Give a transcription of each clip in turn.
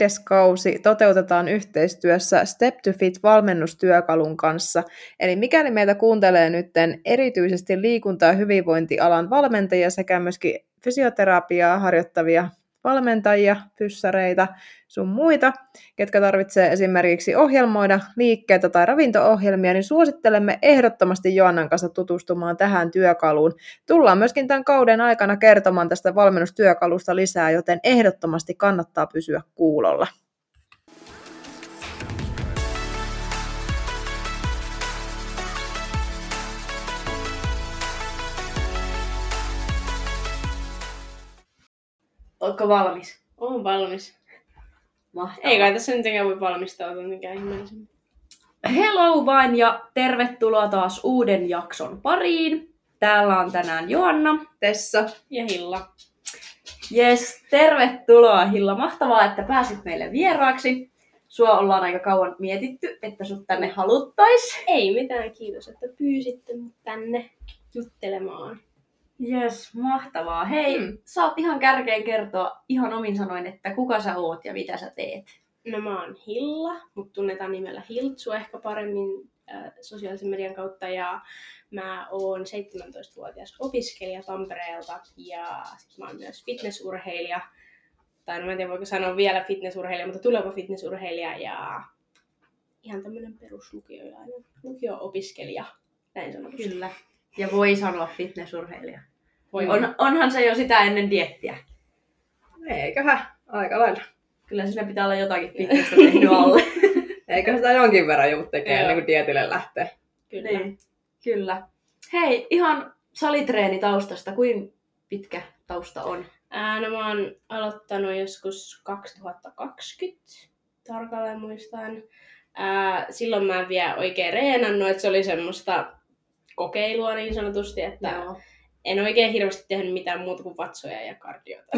kausi toteutetaan yhteistyössä Step to Fit-valmennustyökalun kanssa. Eli mikäli meitä kuuntelee nyt erityisesti liikunta- ja hyvinvointialan valmentajia sekä myöskin fysioterapiaa harjoittavia valmentajia, fyssareita, sun muita, ketkä tarvitsee esimerkiksi ohjelmoida liikkeitä tai ravinto-ohjelmia, niin suosittelemme ehdottomasti Joannan kanssa tutustumaan tähän työkaluun. Tullaan myöskin tämän kauden aikana kertomaan tästä valmennustyökalusta lisää, joten ehdottomasti kannattaa pysyä kuulolla. Ootko valmis? Oon valmis. Mahtavaa. Ei kai tässä mitenkään voi valmistautua mikään ihmeellisemmin. Hello vain ja tervetuloa taas uuden jakson pariin. Täällä on tänään Joanna, Tessa ja Hilla. Jes, tervetuloa Hilla. Mahtavaa, että pääsit meille vieraaksi. Sua ollaan aika kauan mietitty, että sut tänne haluttais. Ei mitään, kiitos, että pyysitte mut tänne juttelemaan. Jes, mahtavaa. Hei, saat ihan kärkeen kertoa ihan omin sanoin, että kuka sä oot ja mitä sä teet. No mä oon Hilla, mut tunnetaan nimellä Hiltsu ehkä paremmin sosiaalisen median kautta. Ja mä oon 17-vuotias opiskelija Tampereelta ja sit mä oon myös fitnessurheilija. Tai no mä en tiedä voiko sanoa vielä fitnessurheilija, mutta tuleva fitnessurheilija ja ihan tämmönen peruslukioilainen lukio-opiskelija. Näin sanotusti. Kyllä. Ja voi sanoa fitnessurheilija. Voi Onhan se jo sitä ennen diettiä. Eiköhän aika lailla. Kyllä siinä pitää olla jotakin fitnessä tehnyt alle. Eikä sitä jonkin verran joku tekee Joo. ennen kuin dietille lähtee. Kyllä. Niin, kyllä. Hei, ihan salitreenitaustasta. Kuinka pitkä tausta on? No mä oon aloittanut joskus 2020, tarkalleen muistan. Silloin mä en vielä oikein reenannut, että se oli semmoista kokeilua niin sanotusti, että Joo. en oikein hirveästi tehnyt mitään muuta kuin vatsoja ja kardiota.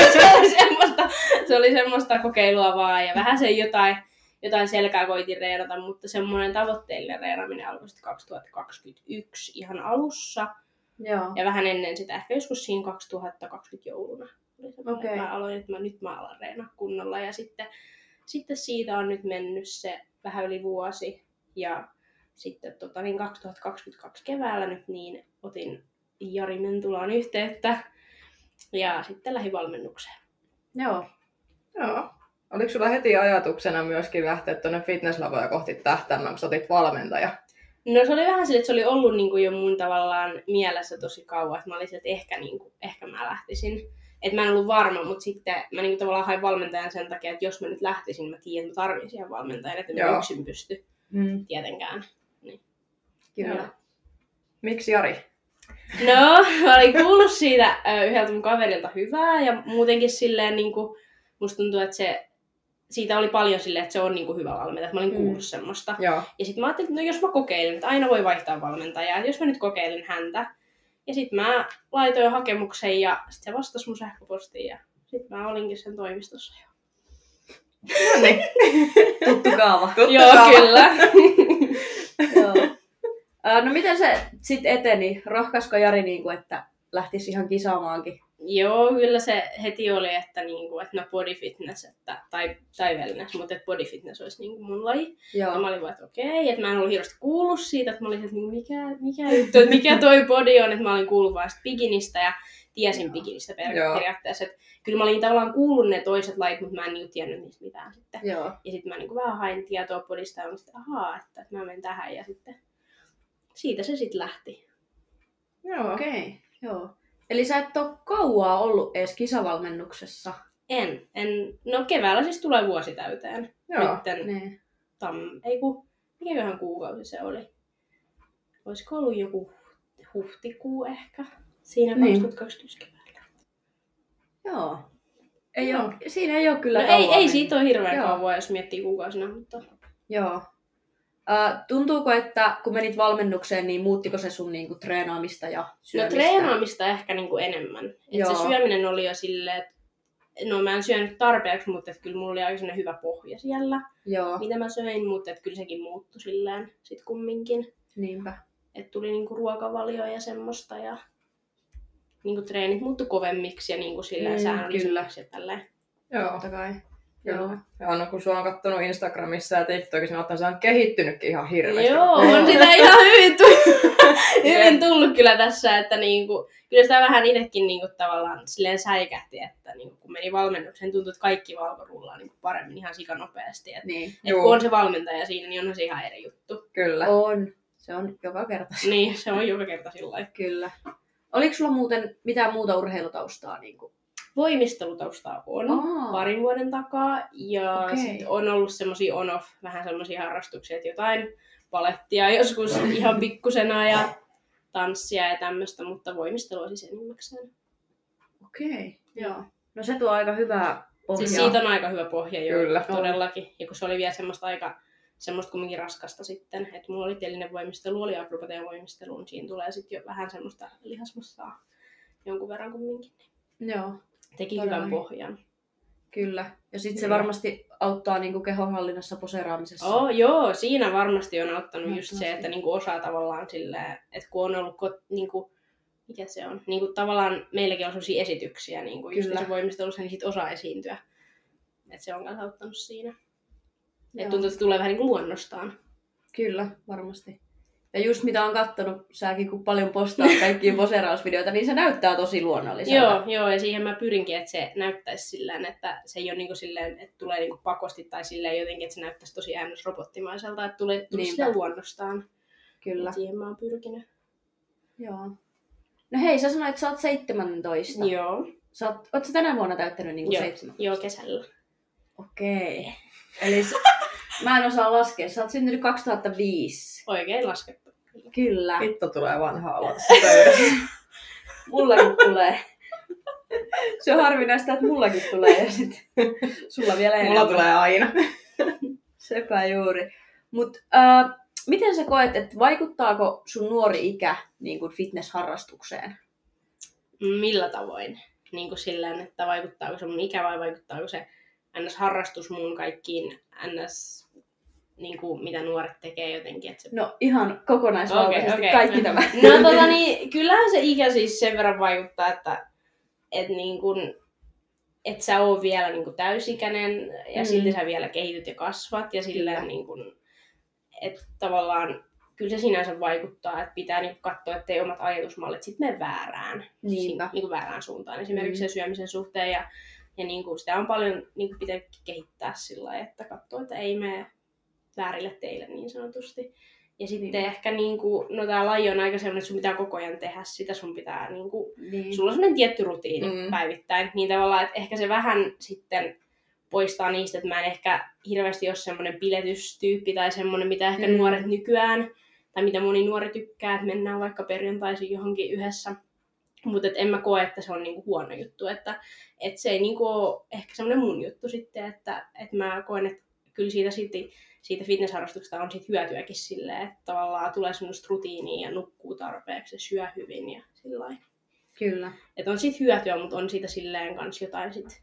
se oli semmoista kokeilua vaan ja vähän se jotain selkää koitin reenata, mutta semmoinen tavoitteellinen reenaminen alkoi sitten 2021 ihan alussa. Joo. Ja vähän ennen sitä, ehkä joskus siinä 2020 jouluna. Okei. Mä aloin, että nyt mä alan reenaa kunnolla. Ja sitten siitä on nyt mennyt se vähän yli vuosi. Ja sitten 2022 keväällä nyt niin otin Jari Mentulaan yhteyttä. Ja sitten lähdin valmennukseen. Joo. Joo. Oliko sulla heti ajatuksena myöskin lähteä tuonne fitnesslavoja kohti tähtäämään, kun sä otit valmentaja? No se oli vähän sille, että se oli ollut niin kuin jo mun tavallaan mielessä tosi kauan, että mä olisin, että ehkä mä lähtisin. Että mä en ollut varma, mutta sitten mä niin kuin tavallaan hain valmentajan sen takia, että jos mä nyt lähtisin, mä tiedän, että mä tarvitsin siihen valmentajan, että mä yksin pysty tietenkään. Niin. Kyllä. Joo. Miksi Jari? No, mä olin kuullut siitä yhdeltä mun kaverilta hyvää ja muutenkin silleen niin kuin, musta tuntuu, että siitä oli paljon silleen, että se on niin kuin hyvä valmentaja, että mä olin kuullut semmoista. Joo. Ja sitten mä ajattelin, että no jos mä kokeilen, että aina voi vaihtaa valmentajaa, että jos mä nyt kokeilen häntä. Ja sitten mä laitoin hakemuksen ja sitten se vastasi mun sähköpostiin ja sitten mä olinkin sen toimistossa jo. No niin. Tuttu kaava. Joo, kyllä. Joo. No miten se sitten eteni? Rohkaisiko Jari, että lähtisi ihan kisaamaankin? Joo, kyllä se heti oli, että no body fitness tai wellness, mutta että body fitness olisi mun laji. Joo. Ja mä olin vaan, että okei, että mä en ollut hirveästi kuullut siitä, että mä olin, että mikä juttu, että mikä toi body on, että mä olin kuullut vaan bikinistä ja tiesin bikinistä periaatteessa. Että kyllä mä olin tavallaan kuullut ne toiset lajit, mutta mä en tiennyt niistä mitään sitten. Joo. Ja sitten mä vähän hain tietoa bodysta ja mä sitten, että mä menen tähän ja sitten siitä se sitten lähti. Joo. Okei, joo. Eli sä et ole kauaa ollut edes kisavalmennuksessa? No keväällä siis tulee vuosi täyteen. Joo. Nytten Niin. mikäköhän kuukausi se oli? Olisiko ollut joku huhtikuu ehkä? Siinä 2021 keväällä. Joo. Joo. Siinä ei ole kyllä No kauaa. ei siitä ole hirveän Joo. kauan, jos miettii kuukausina, mutta... Joo. Tuntuuko, että kun menit valmennukseen, niin muuttiko se sun treenaamista ja syömistä? No treenaamista ehkä enemmän. Et se syöminen oli jo silleen, että no mä en syönyt tarpeeksi, mutta kyllä mulla oli aika hyvä pohja siellä, Joo. mitä mä söin, mutta kyllä sekin muuttui silleen sit kumminkin. Niinpä. Että tuli ruokavalio ja semmoista ja treenit muuttui kovemmiksi ja silleen säännöllisemmiksi ja tälleen. Joo. Totta kai. Joo. Ja no, kun sua on kattonut Instagramissa ja TikTokissa, niin se on kehittynytkin ihan hirveästi. Joo, on sitä ihan hyvin tullut kyllä tässä, että niinku, kyllä sitä vähän itsekin niinku tavallaan silleen säikähti, että niinku, kun meni valmennukseen, tuntui, että kaikki valkorullaa niinku paremmin ihan sikanopeasti. Niin. Et kun on se valmentaja siinä, niin onhan se ihan eri juttu. Kyllä. On. Se on joka kerta. Niin, se on joka kerta sillä lailla. Kyllä. Oliko sulla muuten mitään muuta urheilutaustaa? Niin kuin? Voimistelutaustaa on parin vuoden takaa ja sit on ollut semmosia on-off, vähän semmosia harrastuksia, että jotain palettia joskus ihan pikkusena ja tanssia ja tämmöistä, mutta voimistelua siis enimmäkseen. Okei, joo. No se tuo aika hyvää pohjaa. Siis siitä on aika hyvä pohja jo, Kyllä. todellakin. Ja kun se oli vielä semmoista kumminkin raskasta sitten, että mulla oli telinen voimistelu, oli akrobatian voimistelu, niin siinä tulee sitten jo vähän semmoista lihasmassaa jonkun verran kumminkin. Joo. Teki hyvän pohjan. Kyllä. Ja sitten se varmasti auttaa niinku kehonhallinnassa, poseeraamisessa. Joo, siinä varmasti on auttanut just se, että niinku osaa tavallaan silleen, että kun on ollut niinku, mikä se on, niinku tavallaan meilläkin on sellaisia esityksiä niinku just se voimistelussa, niin sit osaa esiintyä. Että se on myös auttanut siinä. Että tuntuu, että se tulee vähän niinku luonnostaan. Kyllä, varmasti. Ja just mitä on kattonut, säkin kun paljon postaat kaikkia poseerausvideoita, niin se näyttää tosi luonnolliselta. Joo, ja siihen mä pyrinkin, että se näyttäisi silleen, että se ei ole niinku silleen, että tulee niinku pakosti tai silleen jotenkin, että se näyttäisi tosi robottimaiselta, että tulee silleen luonnostaan. Kyllä. Et siihen mä oon pyrkinyt. Joo. No hei, sä sanoit, että sä oot 17. Joo. Oot sä tänä vuonna täyttänyt niinku 17? Joo, kesällä. Okei. Eli mä en osaa laskea. Sä oot syntynyt 2005. Oikein laskettu. Kyllä. Vittu tulee vanha olla tässä pöydässä. Mullakin tulee. Se on harvinaista, että mullakin tulee ja sit sulla vielä enemmän. Mulla tulee aina. Sepä juuri. Mut miten sä koet, että vaikuttaako sun nuori ikä niin kuin fitnessharrastukseen? Millä tavoin? Niin kuin silleen, että vaikuttaako se mun ikä vai vaikuttaako se NS-harrastus mun kaikkiin NS, niin kuin, mitä nuoret tekee jotenkin? Että se... No ihan kokonaisvaltaisesti kaikki tämä. No niin, kyllähän se ikä siis sen verran vaikuttaa, että niin kuin, et sä oot vielä niin kuin täysikäinen ja silti sä vielä kehityt ja kasvat ja silleen niin kuin, että tavallaan kyllä se sinänsä vaikuttaa, että pitää niin kuin katsoa, ettei omat ajatusmallit sitten mene väärään, niin kuin väärään suuntaan esimerkiksi sen syömisen suhteen ja niin kuin sitä on paljon niin kuin pitää kehittää sillä lailla, että katsoo, että ei mene väärille teille niin sanotusti. Ja sitten ehkä niinku, no tää laji on aika sellainen, että sun pitää koko ajan tehdä sitä, sun pitää niinku, sulla on sellainen tietty rutiini päivittäin, niin tavallaan, että ehkä se vähän sitten poistaa niistä, että mä en ehkä hirveästi ole semmoinen piletystyyppi tai semmoinen, mitä ehkä nuoret nykyään, tai mitä moni nuori tykkää, että mennään vaikka perjantaisin johonkin yhdessä. Mutta en mä koe, että se on niinku huono juttu, että se ei niinku ole ehkä semmoinen mun juttu sitten, että mä koen, että kyllä siitä fitnessharrastuksesta on sit hyötyäkin silleen, että tavallaan tulee semmoista rutiinia ja nukkuu tarpeeksi ja syö hyvin ja sillain. Kyllä. Että on siitä hyötyä, mutta on siitä silleen kans jotain sit,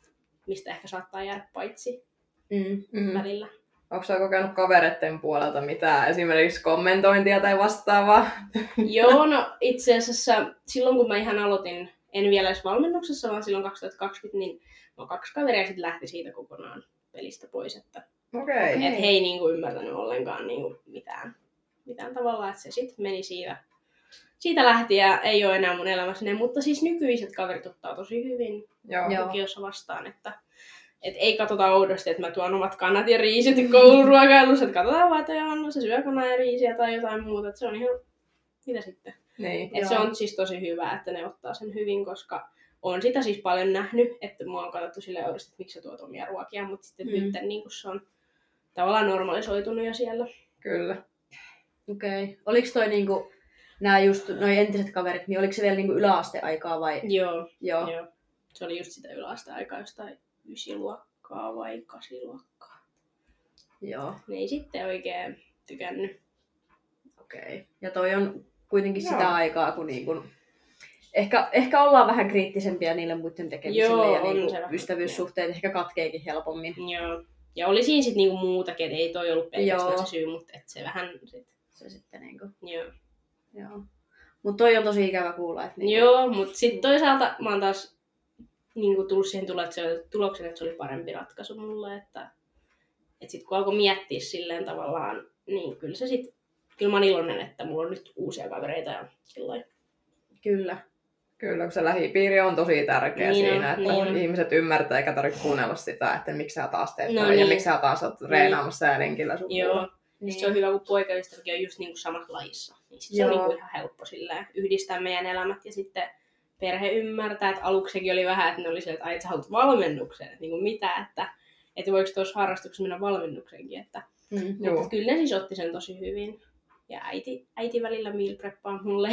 mistä ehkä saattaa jäädä paitsi välillä. Onko sä kokenut kavereiden puolelta mitään esimerkiksi kommentointia tai vastaavaa? Joo, no itse asiassa silloin kun mä ihan aloitin, en vielä edes valmennuksessa, vaan silloin 2020, niin 2 kaveria sitten lähti siitä kokonaan pelistä pois, että Okei. he ei niinku ymmärtänyt ollenkaan niinku mitään tavalla, että se sitten meni siitä lähti ja ei ole enää mun elämässäni, mutta siis nykyiset kaverit ottaa tosi hyvin lukiossa vastaan, että ei katsota oudosti, että mä tuon omat kanat ja riisit kouluruokailussa, että katsotaan vaan, että Anna se syö kanaa ja riisiä tai jotain muuta, että se on ihan, mitä sitten. Niin, että se on siis tosi hyvä, että ne ottaa sen hyvin, koska on sitä siis paljon nähnyt, että mua on katsottu silleen oudosti, että miksi sä tuot omia ruokia, mutta sitten nyt niin kun se on tavallaan normalisoitunut jo siellä. Kyllä. Okei. Oliko toi niinku, nämä just noi entiset kaverit, niin oliko se vielä niinku yläasteaikaa vai? Joo. Se oli just sitä yläasteaikaa, jostain 9-luokkaa vai 8-luokkaa. Joo. Ne ei sitten oikein tykännyt. Okei. Ja toi on kuitenkin sitä aikaa, kun niinku, ehkä ollaan vähän kriittisempiä niille muiden tekemisille ja niinku ystävyyssuhteet ehkä katkeekin helpommin. Joo. Ja oli siinä sitten niinku muutakin, että ei toi ollut pelkästään se syy, mutta et se vähän se sitten niinku. Joo. Mut toi on tosi ikävä kuulla. Että Joo, mut sitten toisaalta mä oon taas niin tullut siihen tulokseen, että se oli parempi ratkaisu mulle. Että sitten kun alkoi miettiä silleen tavallaan, niin kyllä mä oon iloinen, että mulla on nyt uusia kavereita ja silloin. Kyllä. Kyllä, kun se lähipiiri on tosi tärkeä niin siinä, että ihmiset ymmärtää eikä tarvitse kuunnella sitä, että miksi sä taas teet ja miksi sä taas oot treenaamassa ja lenkillä sun. Joo. Niin. Se on hyvä, kun poikaystäväkin on just niinku samassa lajissa. Niin se on niinku ihan helppo silleen yhdistää meidän elämät ja sitten perhe ymmärtää, että aluksi sekin oli vähän, että ne oli silleen, että sä haluat valmennukseen, että niinku mitä, että voiko tuossa harrastuksessa mennä valmennukseenkin, että mutta kyllä ne siis otti sen tosi hyvin. Ja äiti välillä meal preppaa mulle.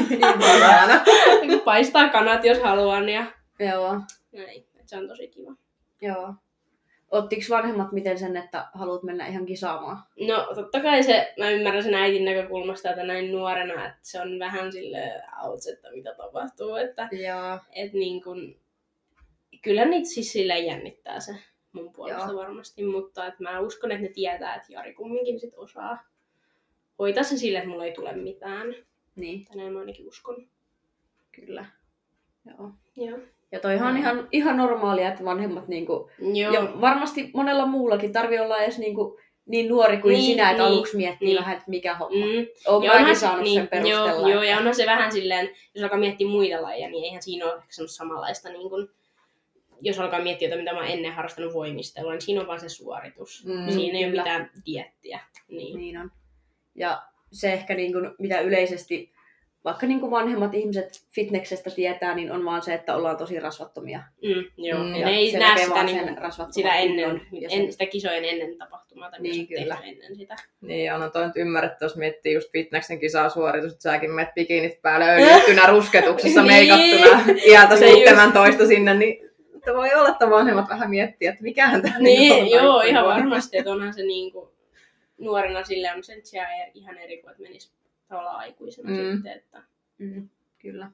Paistaa kanat, jos haluan. Ja Joo. Näin. Se on tosi kiva. Joo. Ottiko vanhemmat miten sen, että haluat mennä ihan kisaamaan? No totta kai mä ymmärrän sen äitin näkökulmasta, että näin nuorena, että se on vähän silleen outs, että mitä tapahtuu. Että niin kun, kyllä niitä siis silleen jännittää se mun puolesta varmasti, mutta että mä uskon, että ne tietää, että Jari kumminkin sit osaa hoitaa sen silleen, että mulla ei tule mitään. Niin. Tänään mä ainakin uskon. Kyllä. Joo. Joo. Ja toihan on ihan normaalia, että vanhemmat niinku, ja varmasti monella muullakin tarvii olla edes niinku, niin nuori kuin sinä, että aluksi miettii vähän, että mikä homma. Olen mäkin saanut sen perustella. Joo, ja onhan se vähän silleen, jos alkaa miettiä muita lajeja, niin eihän siinä ole ehkä semmoista samanlaista, niin kuin, jos alkaa miettiä jotain, mitä mä oon ennen harrastanut voimistelua, niin siinä on vaan se suoritus. Siinä ei ole mitään dieettiä. Niin on. Ja se ehkä niin kuin, mitä yleisesti, vaikka niin kuin vanhemmat ihmiset fitneksestä tietää, niin on vaan se, että ollaan tosi rasvattomia. Joo, ja ne ei näe sitä ennen, sitä kisojen ennen tapahtumaa, tai niin, kyllä. Ennen sitä. Niin, onhan toi nyt ymmärretty, jos miettii just fitneksen kisasuoritus, että säkin menet bikinit päälle öljyttynä rusketuksessa meikattuna iältä 17 sinne, niin voi olla, että vanhemmat vähän miettii, että mikähän tämä niin, joo, ihan varmasti, että onhan se niinku nuorena silleen on se ihan eri kuin, että menisi tavallaan aikuisena sitten. Että... Kyllä.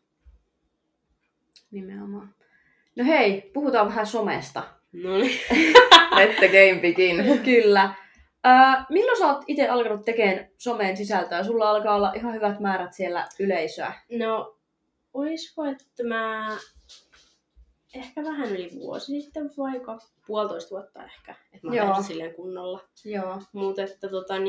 Nimenomaan. No hei, puhutaan vähän somesta. Noniin. Let the game begin. Kyllä. Milloin sä oot itse alkanut tekemään someen sisältöä? Sulla alkaa olla ihan hyvät määrät siellä yleisöä. No, oisko, että mä ehkä vähän yli vuosi sitten, vaikka 1,5 vuotta ehkä, että mä oon silleen kunnolla. Joo. Mutta että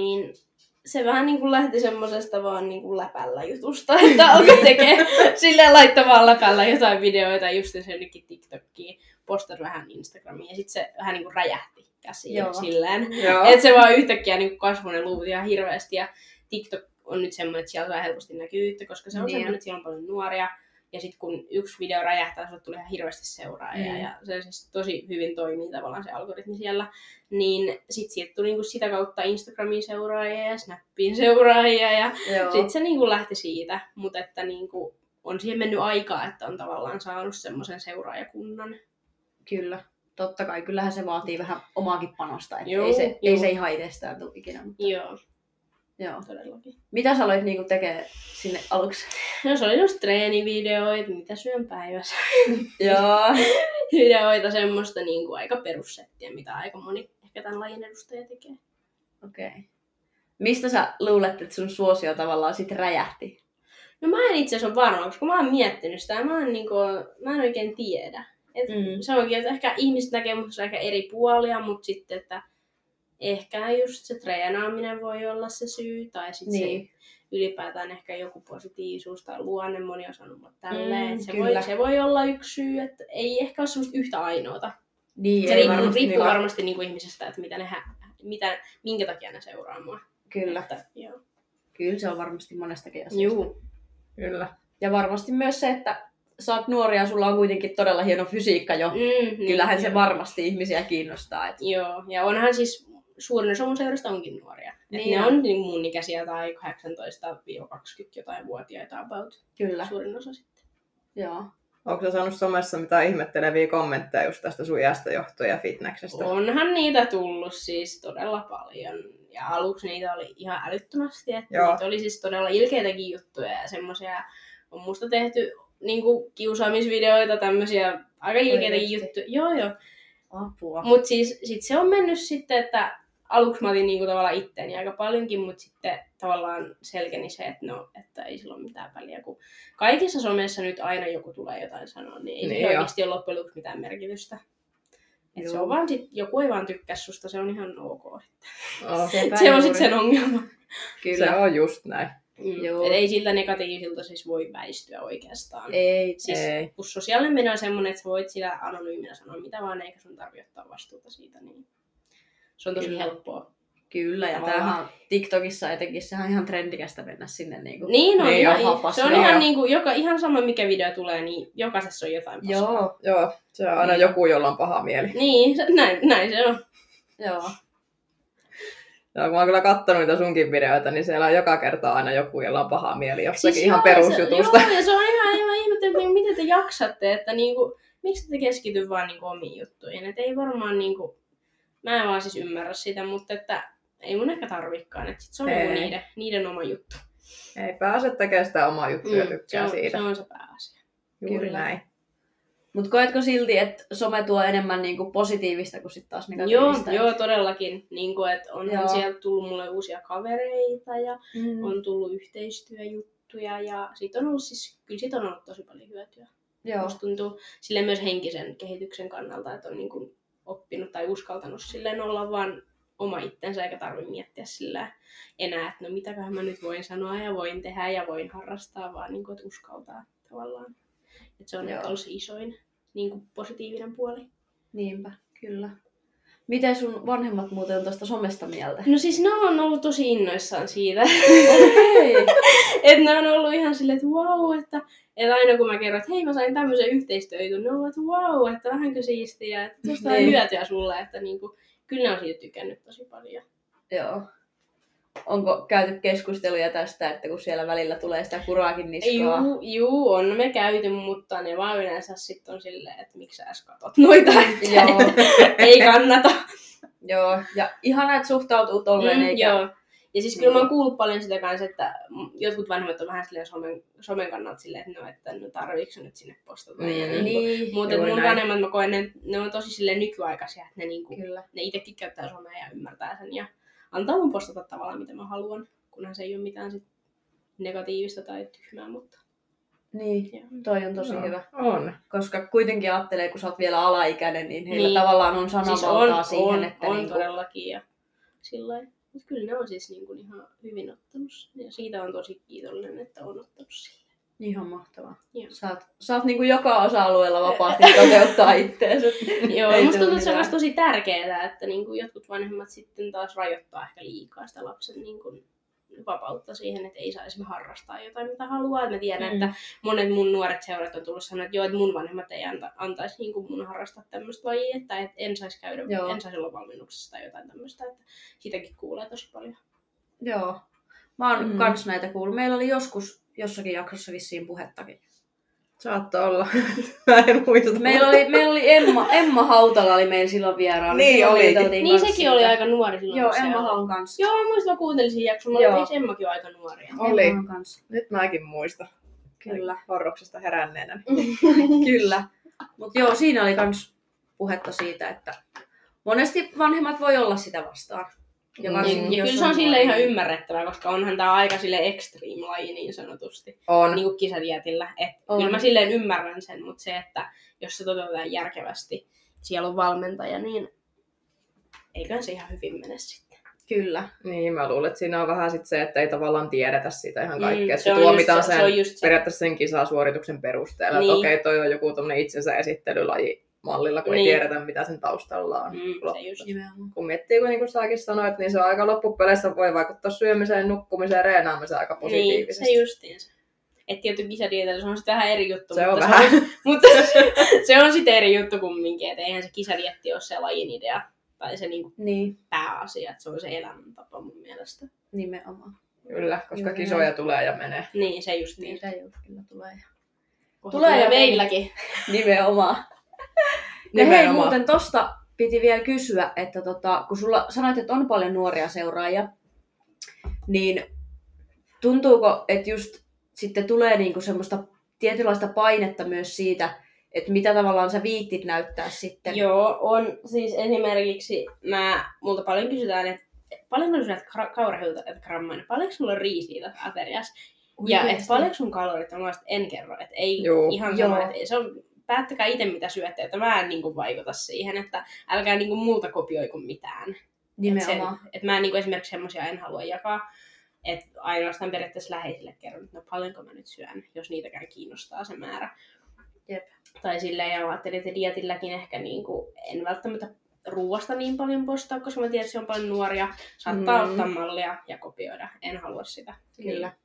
se vähän niin kuin lähti semmosesta vaan niin kuin läpällä jutusta, että alkoi tekee silleen laittamaan läpällä jotain videoita just se jonnekin TikTokiin, postas vähän Instagramiin ja sitten se vähän niin kuin räjähti käsiin silleen. Että se vaan yhtäkkiä niin kuin kasvoi ne luvut ihan hirveästi ja TikTok on nyt semmoinen, että siellä saa helposti näkyvyyttä, koska se on semmoinen, että siellä on paljon nuoria. Ja sitten kun yksi video räjähtää, sulle tulee ihan hirveästi seuraajia ja se siis tosi hyvin toimii tavallaan se algoritmi siellä. Niin sitten siitä tuli niinku sitä kautta Instagramiin seuraajia ja Snappiin seuraajia ja sitten se niinku lähti siitä. Mutta että niinku on siihen mennyt aikaa, että on tavallaan saanut semmoisen seuraajakunnan. Kyllä, totta kai. Kyllähän se vaatii vähän omaakin panosta. Ei se ihan itsestään tule ikinä. Mutta... Joo. Todellakin. Mitä sä aloit niinku tekemään sinne aluksi? No se oli just treenivideoita, mitä syön päivässä. Joo. Videoita semmoista niinku aika perussettiä, mitä aika moni ehkä tämän lajin edustaja tekee. Okei. Mistä sä luulet, että sun suosio tavallaan sit räjähti? No mä en itse asiassa ole varma, koska mä oon miettinyt sitä. Mä en oikein tiedä. Se onkin, että ehkä ihmiset näkee musta ehkä eri puolia, mutta sitten, että ehkä just se treenaaminen voi olla se syy, tai sitten se ylipäätään ehkä joku positiivisuus tai luonne, moni on sanonut tälleen. Se voi olla yksi syy, että ei ehkä ole semmoista yhtä ainoata. Niin, se riippuu varmasti niinku ihmisestä, että minkä takia ne seuraa mua. Kyllä. Että, Kyllä se on varmasti monestakin asiasta. Juu. Kyllä. Ja varmasti myös se, että sä oot nuori ja sulla on kuitenkin todella hieno fysiikka jo. Kyllähän se varmasti ihmisiä kiinnostaa. Että... Joo, ja onhan siis suurin osa mun seurasta onkin nuoria. Niin ne on niin mun ikäisiä tai 18-20 jotain vuotiaita about. Kyllä. Suurin osa sitten. Joo. Onko sä saanut somessa mitään ihmetteleviä kommentteja just tästä sun iästä johtuen ja fitneksestä? Onhan niitä tullut siis todella paljon. Ja aluksi niitä oli ihan älyttömästi. Että niitä oli siis todella ilkeitäkin juttuja ja semmoisia on musta tehty niinku kiusaamisvideoita, tämmöisiä aika ilkeitäkin juttuja. Joo. Apua. Mut siis sit se on mennyt sitten, että aluksi mä otin niinku tavallaan itteeni aika paljonkin, mutta sitten tavallaan selkeni se, että ei sillä ole mitään väliä, kun kaikissa somessa nyt aina joku tulee jotain sanoa, niin ei oikeasti ole loppujen lopuksi mitään merkitystä. Et se on vaan joku ei vaan tykkää susta, se on ihan ok. Se on sitten sen ongelma. Kyllä. Se on just näin. Et ei siltä negatiivisilta siis voi väistyä oikeastaan. Ei. Kun sosiaalinen media on semmoinen, että sä voit sillä anonyyminä sanoa mitä vaan, eikä sun tarvitse ottaa vastuuta siitä. Niin se on tosi helppoa. Kyllä, ja tämähän on TikTokissa etenkin, sehän on ihan trendikästä mennä sinne niinku. Niin on, se on ihan niinku, ihan sama mikä video tulee, niin jokaisessa on jotain paskaa. Joo, se on aina joku, jolla on paha mieli. Niin, näin se on. Joo. Ja kun mä oon kyllä kattonut niitä sunkin videoita, niin siellä on joka kerta aina joku, jolla on paha mieli jossakin siis ihan perusjutusta. Joo, ja se on ihan ihmettä, että miten te jaksatte, että niinku, miksi te keskity vaan niinku omiin juttuihin. Et ei varmaan niinku, mä en vaan siis ymmärrä sitä, mutta että ei mun ehkä tarvikaan, että sit se on niiden oma juttu. Ei pääse tekemään sitä omaa juttua ja tykkää siitä. Se on se pääasia. Juuri näin. Mutta koetko silti, että some tuo enemmän niinku positiivista kuin sitten taas negatiivista? Joo, todellakin. Niinku, onhan sieltä tullut mulle uusia kavereita ja on tullut yhteistyöjuttuja ja kyllä siitä on ollut tosi paljon hyötyä. Musta tuntuu silleen myös henkisen kehityksen kannalta, että on niinku oppinut tai uskaltanut silleen olla vaan oma itsensä eikä tarvitse miettiä sillä enää, että no mitäköhän mä nyt voin sanoa ja voin tehdä ja voin harrastaa, vaan niinku, että uskaltaa tavallaan. Että se on ehkä ollut se isoin niinku, positiivinen puoli. Niinpä, kyllä. Miten sun vanhemmat muuten on tuosta somesta mieltä? No siis ne on ollut tosi innoissaan siitä. Okei. Että ne on ollut ihan silleen, että wow, että aina kun mä kerron, että hei mä sain tämmöisen yhteistyöjutun, ne on ollut, että wow, että vähänkö siistiä, että tuosta on hyötyä sulle, että niinku, kyllä ne on siitä tykännyt tosi paljon. Joo. Onko käyty keskusteluja tästä, että kun siellä välillä tulee sitä kuraakin niskaa? Juu, on me käyty, mutta ne vaan yleensä sitten on silleen, että miksi sä edes katot noita, ei kannata. Joo, ja ihanaa, että suhtautuu tolleen eikä... Joo. Ja siis kyllä mä oon kuullut paljon sitä kanssa, että jotkut vanhemmat on vähän silleen somen kannalta silleen, että tarviiko nyt sinne postata. Mutta mun vanhemmat mä koen, ne on tosi silleen nykyaikaisia, että ne itsekin käyttää somea ja ymmärtää sen ja antaa mun postata tavallaan mitä mä haluan, kunhan se ei ole mitään sit negatiivista tai tyhmää, mutta... Niin, toi on tosi hyvä. On. Koska kuitenkin ajattelee, kun sä oot vielä alaikäinen, niin heillä tavallaan on sananvaltaa siis siihen, että... On todellakin ja sillain. Mutta kyllä ne on siis niinku ihan hyvin ottanut ja siitä on tosi kiitollinen, että on ottanut sille. Ihan mahtavaa. Saat niinku joka osa-alueella vapaasti toteuttaa itteensä. Joo, musta tuntuu, että se on tosi tärkeää, että niinku jotkut vanhemmat sitten taas rajoittaa ehkä liikaa sitä lapsen niinku vapautta siihen, että ei saa esimerkiksi harrastaa jotain, mitä haluaa. Mä tiedän, että monet mun nuoret seurat on tullut sanoa, että joo, että mun vanhemmat ei antaisi niin kuin mun harrastaa tämmöistä lajia, että en saisi käydä, en saisi olla valmennuksessa tai jotain tämmöistä, että sitäkin kuulee tosi paljon. Joo. Mä oon kans näitä kuullut. Meillä oli joskus jossakin jaksossa vissiin puhettakin. Saattoi olla. Mä en muista. Meillä oli Emma Hautala oli meillä silloin vieraana. Niin oli. Niin sekin oli aika nuori silloin. Joo, Emma Haun kanssa. Joo, mä muistan, mä kuuntelin siinä jakson. Mä Emmakin aika nuori. Oli. Nyt mäkin muistan. Kyllä. Horroksesta heränneenä. Kyllä. Mutta joo, siinä oli kans puhetta siitä, että monesti vanhemmat voi olla sitä vastaan. Ja kyllä se on sille ihan ymmärrettävää, koska onhan tää aika sille extreme-laji niin sanotusti. On. Niin kuin kisadietillä. Kyllä mä silleen ymmärrän sen, mutta se, että jos se toteutetaan järkevästi, siellä on valmentaja, niin eiköhän se ihan hyvin mene sitten. Kyllä. Niin, mä luulen, että siinä on vähän sit se, että ei tavallaan tiedetä sitä ihan kaikkea. Se tuomitaan sen periaatteessa sen kisasuorituksen perusteella. Niin. Että okei, toi on joku tommonen itsensä esittelylaji mallilla, kun ei tiedetä, mitä sen taustalla on. Kun miettii, kun niin säkin sanoit, niin se on aika loppupeleissä voi vaikuttaa syömiseen, nukkumiseen ja reenaamiseen aika positiivisesti. Niin, se justiinsa. Että tietty kisadietillä se on sitten vähän eri juttu. Se on vähän. Mutta se on sitten eri juttu kumminkin, että eihän se kisadietti ole se lajin idea. Tai se pääasia, että se on se elämäntapa mun mielestä. Nimenomaan. Kyllä, koska kisoja tulee ja menee. Niin, se just niitä kyllä tulee. Tulee ja meilläkin. Nimenomaan. Ja hei, muuten tosta piti vielä kysyä, että kun sulla sanoit, että on paljon nuoria seuraajia, niin tuntuuko, että just sitten tulee niinku semmoista tietynlaista painetta myös siitä, että mitä tavallaan sä viittit näyttää sitten? Joo, on siis esimerkiksi, multa paljon kysytään, että paljonko sä syöt kaurahyltä grammoina, paljonko sulla on riisiä tässä ateriassa, ja että paljonko sun kalorit on, mä en kerro, että ei ihan sama, että se on, päättäkää itse mitä syötte, että mä en niinku vaikuta siihen, että älkää niinku muuta kopioiko mitään. Nimenomaan. Että mä niinku esimerkiksi semmosia en halua jakaa, että ainoastaan periaatteessa läheisille kerron, että no paljonko mä nyt syön, jos niitäkään kiinnostaa se määrä. Jep. Tai silleen, ja ajattelin, että dietilläkin ehkä niinku, en välttämättä ruuasta niin paljon postaa, koska mä tiedän, että se on paljon nuoria. Saattaa ottaa mallia ja kopioida. En halua sitä. Kyllä.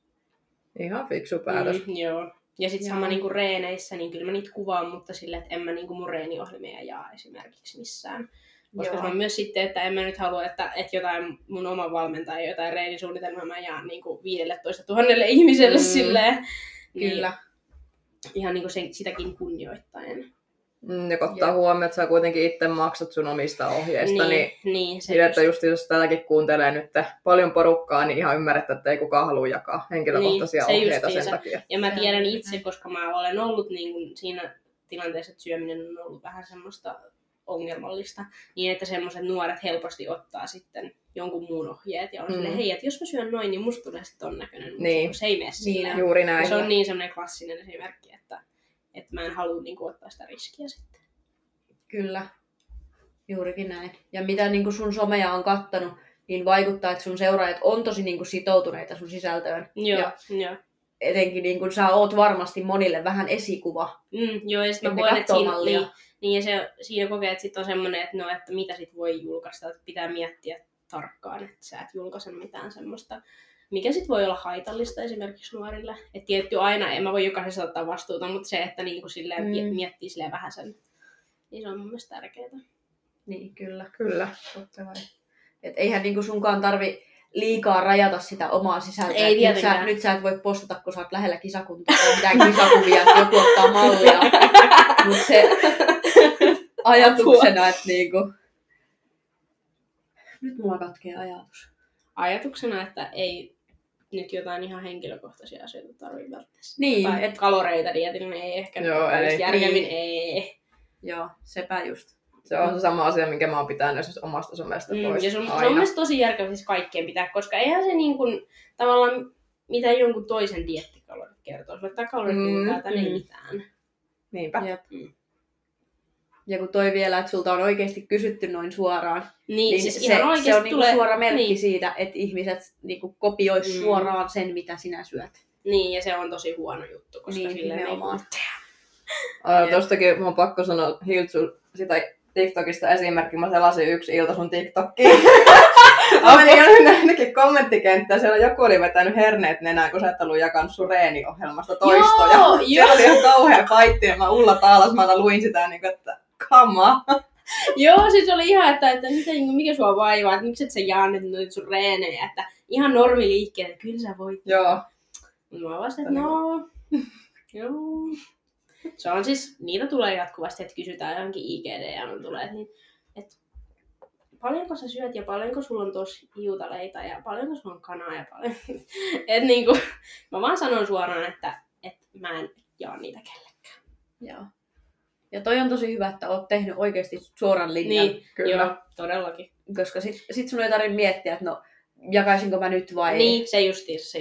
Ihan fiksu päätös. Joo. Ja sitten sama niinku reeneissä, niin kyllä mä niitä kuvaan, mutta silleen, että en mä niinku mun reeniohjelmia jaa esimerkiksi missään. Koska se on myös sitten, että en mä nyt halua, että jotain mun oma valmentaja, jotain reenisuunnitelmaa mä jaan niinku 15 000 ihmiselle silleen. Kyllä. Niin, ihan niinku sitäkin kunnioittaen. Ja kun ottaa huomioon, että sä kuitenkin itse maksat sun omista ohjeista, niin se että just jos tätäkin kuuntelee nyt paljon porukkaa, niin ihan ymmärrettä, että ei kukaan halua jakaa henkilökohtaisia ohjeita sen takia. Ja mä tiedän itse, koska mä olen ollut niin kuin siinä tilanteessa, että syöminen on ollut vähän semmoista ongelmallista, niin että semmoiset nuoret helposti ottaa sitten jonkun muun ohjeet ja on silleen, hei, että jos mä syön noin, niin musta tulee sitten ton näköinen, mutta se ei mene silleen. Juuri näin. Se on niin semmoinen klassinen esimerkki, että mä en halua niinku ottaa sitä riskiä sitten. Kyllä, juurikin näin. Ja mitä niinku sun someja on kattanut, niin vaikuttaa, että sun seuraajat on tosi niinku sitoutuneita sun sisältöön. Joo. Etenkin niinku sä oot varmasti monille vähän esikuva. Joo, ja sitten mä koen, että ja siinä kokee, että sit on semmoinen, että mitä sit voi julkaista, että pitää miettiä tarkkaan, että sä et julkaise mitään semmoista, mikä sitten voi olla haitallista esimerkiksi nuorille. Että tietty aina, en mä voi jokaisessa ottaa vastuuta, mutta se, että niinku silleen miettii silleen vähän sen, niin se on mun mielestä tärkeää. Niin, kyllä. Totta vai. Et eihän niinku sunkaan tarvi liikaa rajata sitä omaa sisältöä. Ei tietenkään. Nyt sä et voi postata, kun sä oot lähellä kisakuntaa tai mitään kisakuvia, että joku ottaa mallia. Mutta se ajatuksena, että niinku... Nyt mulla katkee ajatus. Ajatuksena, että ei nyt jotain ihan henkilökohtaisia asioita tarvitse välttämättä. Niin. Tai kaloreita dietillä, ei ehkä. Joo, ei. Järkemmin ei. Joo, sepä just. Se on se sama asia, minkä mä oon pitänyt omasta somesta pois. Ja se on mielestäni tosi järkevää siis kaikkien pitää, koska eihän se niin kuin, tavallaan mitä jonkun toisen dieettikalorit kertoo. Vaikka kalorit ylipäätään ei mitään. Niinpä. Jep. Ja kun toi vielä, että sulta on oikeasti kysytty noin suoraan, niin siis se on tulee... niinku suora merkki siitä, että ihmiset niinku kopiois suoraan sen, mitä sinä syöt. Niin, ja se on tosi huono juttu, koska niin, silleen nimenomaan. Tostakin mun on pakko sanoa Hiltsu sitä TikTokista esimerkki. Mä selasin yksi ilta sun TikTokiin. Mä menin ainakin kommenttikenttään. Siellä joku oli vetänyt herneet nenään, kun sä et ollut jakanut sun reeniohjelmasta toistoja. Siellä oli ihan kauhea fight ja mä Ulla Taalas, mä luin sitä, että kama. Joo, siis oli ihan, että mikä sua vaivaa, että miksi et sä jaa nyt sun reenejä, että ihan normiliikkeet, että kyllä sä voit. Joo. Mä vastaan, että joo. Se on siis, niitä tulee jatkuvasti, että kysytään johonkin IGD ja tulee, että paljonko sä syöt ja paljonko sulla on tossa hiutaleita ja paljonko sulla on kanaa ja paljon. Että niinku, mä vaan sanon suoraan, että mä en jaa niitä kellekään. Joo. Ja toi on tosi hyvä, että oot tehnyt oikeasti suoran linjan. Niin, kyllä. Joo, todellakin. Koska sit sun ei tarvitse miettiä, että no, jakaisinko mä nyt vai... Niin, se justiinsa.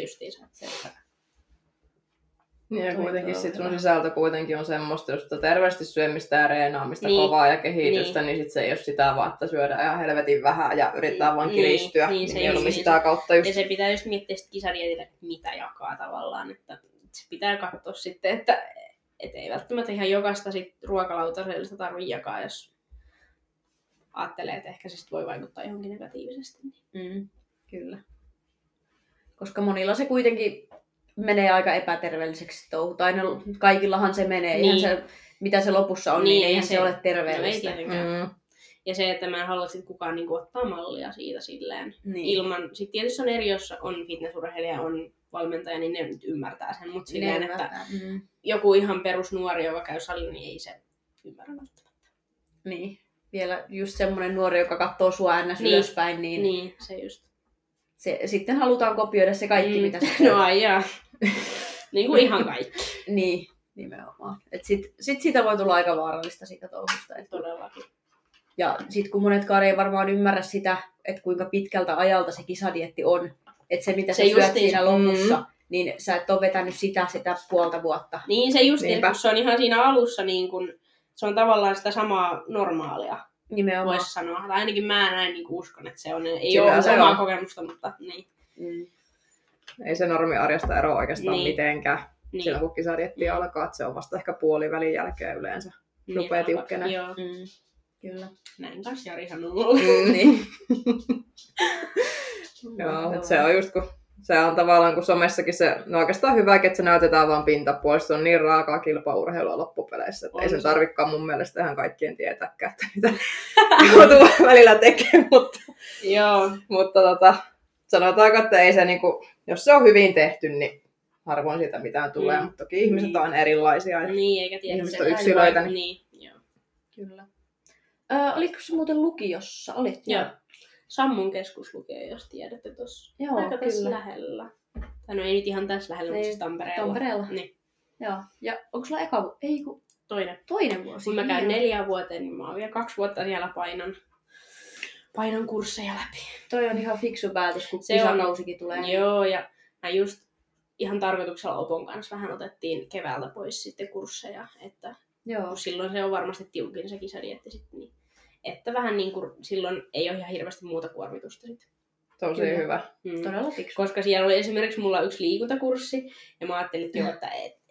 Ja kuitenkin sit sun sisältö kuitenkin on semmoista, josta terveellisesti syömistä ja reenaamista, kovaa ja kehitystä, niin sit se ei ole sitä vaan, että syödään ihan helvetin vähän ja yritetään vaan kiristyä. Niin sitä kautta just... Ja se pitää just miettiä sit kisadietillä, mitä jakaa tavallaan, että se pitää katsoa sitten, että ei välttämättä ihan jokaista sit ruokalautasellista tarvitse jakaa, jos ajattelee, että ehkä se sit voi vaikuttaa johonkin negatiivisesti. Kyllä. Koska monilla se kuitenkin menee aika epäterveelliseksi touhu. Tai kaikillahan se menee. Ihan se, mitä se lopussa on, niin eihän se ole terveellistä. No ei tietenkään. Ja se, että mä en halua sit kukaan niinku ottaa mallia siitä silleen. Ilman, sit tietysti on eri, jos on fitnessurheilija, on valmentaja, niin ne nyt ymmärtää sen. Mutta silleen, että joku ihan perusnuori, joka käy salilla, niin ei se ymmärrä välttämättä. Niin. Vielä just semmoinen nuori, joka katsoo sua ns. Ylöspäin. Niin, se just. Sitten halutaan kopioida se kaikki, mitä sä No aijaa. Niin kuin ihan kaikki. Niin. Nimenomaan. Et sit siitä voi tulla aika vaarallista siitä touhusta. Todellakin. Ja sit kun monetkaan ei varmaan ymmärrä sitä, että kuinka pitkältä ajalta se kisadietti on. Että se mitä sä syöt siinä lopussa, niin sä et ole vetänyt sitä puolta vuotta. Niin se justiin, kun se on ihan siinä alussa, niin kun, se on tavallaan sitä samaa normaalia. Nimenomaan. Voisi sanoa. Tai ainakin mä näin niin uskon, että se on. Ei ole samaa kokemusta, mutta niin. Ei se normiarjesta eroa oikeastaan mitenkään. Niin. Silloin kun kisadietti alkaa, että se on vasta ehkä puolivälin jälkeen yleensä. Rupeaa tiukkenemaan. Joo. Kyllä. Näin kanssa Jari sanoo mulle. Niin. Joo, mutta se on just kun se on tavallaan, kun somessakin se, no oikeastaan hyväkin, että se näytetään vaan pintapuolista. Se on niin raakaa kilpaurheilua loppupeleissä, että ei sen tarvikaan mun mielestä ihan kaikkien tietääkään, että mitä joutuu välillä tekemään, mutta sanotaanko, että ei se, niinku, jos se on hyvin tehty, niin harvoin siitä mitään tulee, mutta toki ihmiset on erilaisia ja eikä tiedä, ihmiset on yksilöitä. Niin. Joo. Kyllä. Olitko se muuten lukiossa? Olit? Joo. Sammun keskuslukio, jos tiedätte tuossa. Joo, aika kyllä. tässä lähellä. Tai no ei nyt ihan tässä lähellä, mutta siis Tampereella. Tampereella. Niin. Joo. Ja onko sulla toinen vuosi? Kun mä käyn 4 vuoteen, niin mä oon vielä 2 vuotta siellä painan kursseja läpi. Toi on ihan fiksu päätös, kun kisakausikin tulee. Joo, ja mä just ihan tarkoituksella Opon kanssa vähän otettiin keväältä pois sitten kursseja, että kun silloin se on varmasti tiukin se kisadietti sitten, niin että vähän niin kuin silloin ei ole ihan hirveästi muuta kuormitusta sitten. Tosi hyvä. Todella fiksu. Koska siellä oli esimerkiksi mulla yksi liikuntakurssi, ja mä ajattelin, että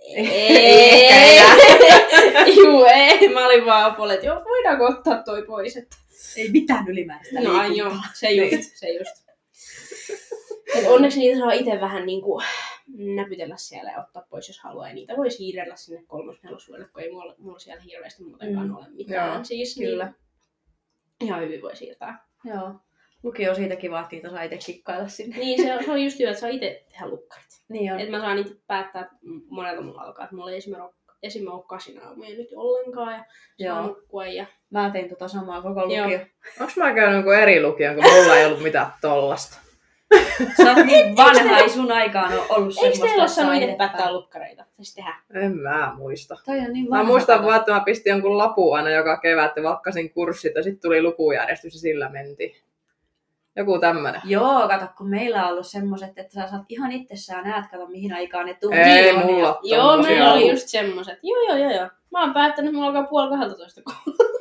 ei. Mä olin vaan Opolle, että voidaanko ottaa toi pois. Että ei mitään ylimääräistä liikuntaa. No joo, se just. Et onneksi niitä saa itse vähän niinku näpytellä siellä ja ottaa pois, jos haluaa. Ja niitä voi siirrellä sinne 3.4. kun ei mulla siellä hirveästi muutenkaan ole mitään. Joo, siis kyllä. Niin, ihan hyvin voi siirtää. Joo. Lukio on siitä kiva, että niitä saa itse kikkailla sinne. Niin, se on just hyvä, että saa itse tehdä lukkarit. Niin on. Että mä saan itse päättää monelta mulla alkaa. Että mulla ei esimerkiksi ole 8 aamuja nyt ollenkaan ja saa nukkua. Ja mä tein samaa koko lukio. Onks mä käynyt jonkun eri lukion, kun mulla ei ollut mitään tollasta? Sä oot niin vanha, ei sun aikaan ole ollut semmoista. Eikö teillä ole saanut itse päättää lukkareita? Siis tehdä? En mä muista. Toi on niin vanha. Mä muistan vaan, että mä pistin jonkun lapun aina joka kevät ja valkkasin kurssit ja sitten tuli lukujärjestys ja sillä mentiin. Joku tämmönen. Joo, kato, kun meillä on ollut semmoset, että sä saat ihan itsessään näet, kato mihin aikaan ne tunnit. Ei mulla. Joo, meillä oli just semmoset. Joo. Mä oon päättänyt, että mulla alkaa 11:30 koulu.